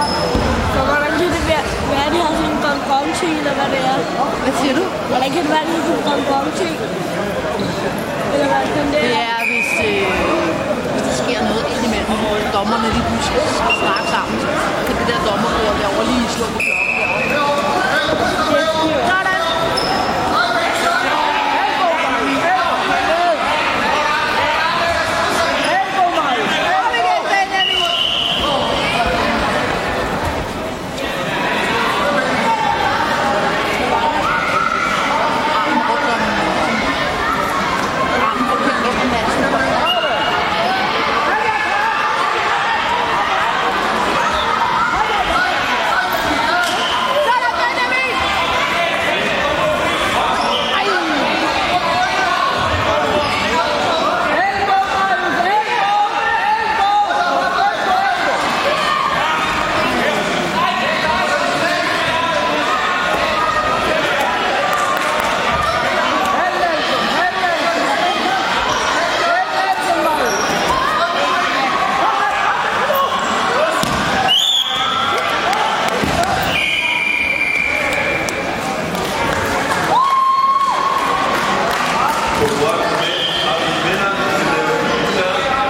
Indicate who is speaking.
Speaker 1: Så hvordan kan det være, at de har sådan en konkurrence, eller hvad det er?
Speaker 2: Hvad siger du?
Speaker 1: Hvordan kan det være, at de har sådan en konkurrence? Eller hvad kan det
Speaker 2: Det er, hvis der sker noget indimellem, hvor dommerne lige pludselig skal snakke sammen, så kan det der dommerbord derovre lige slå på klokken derovre.
Speaker 1: Så er der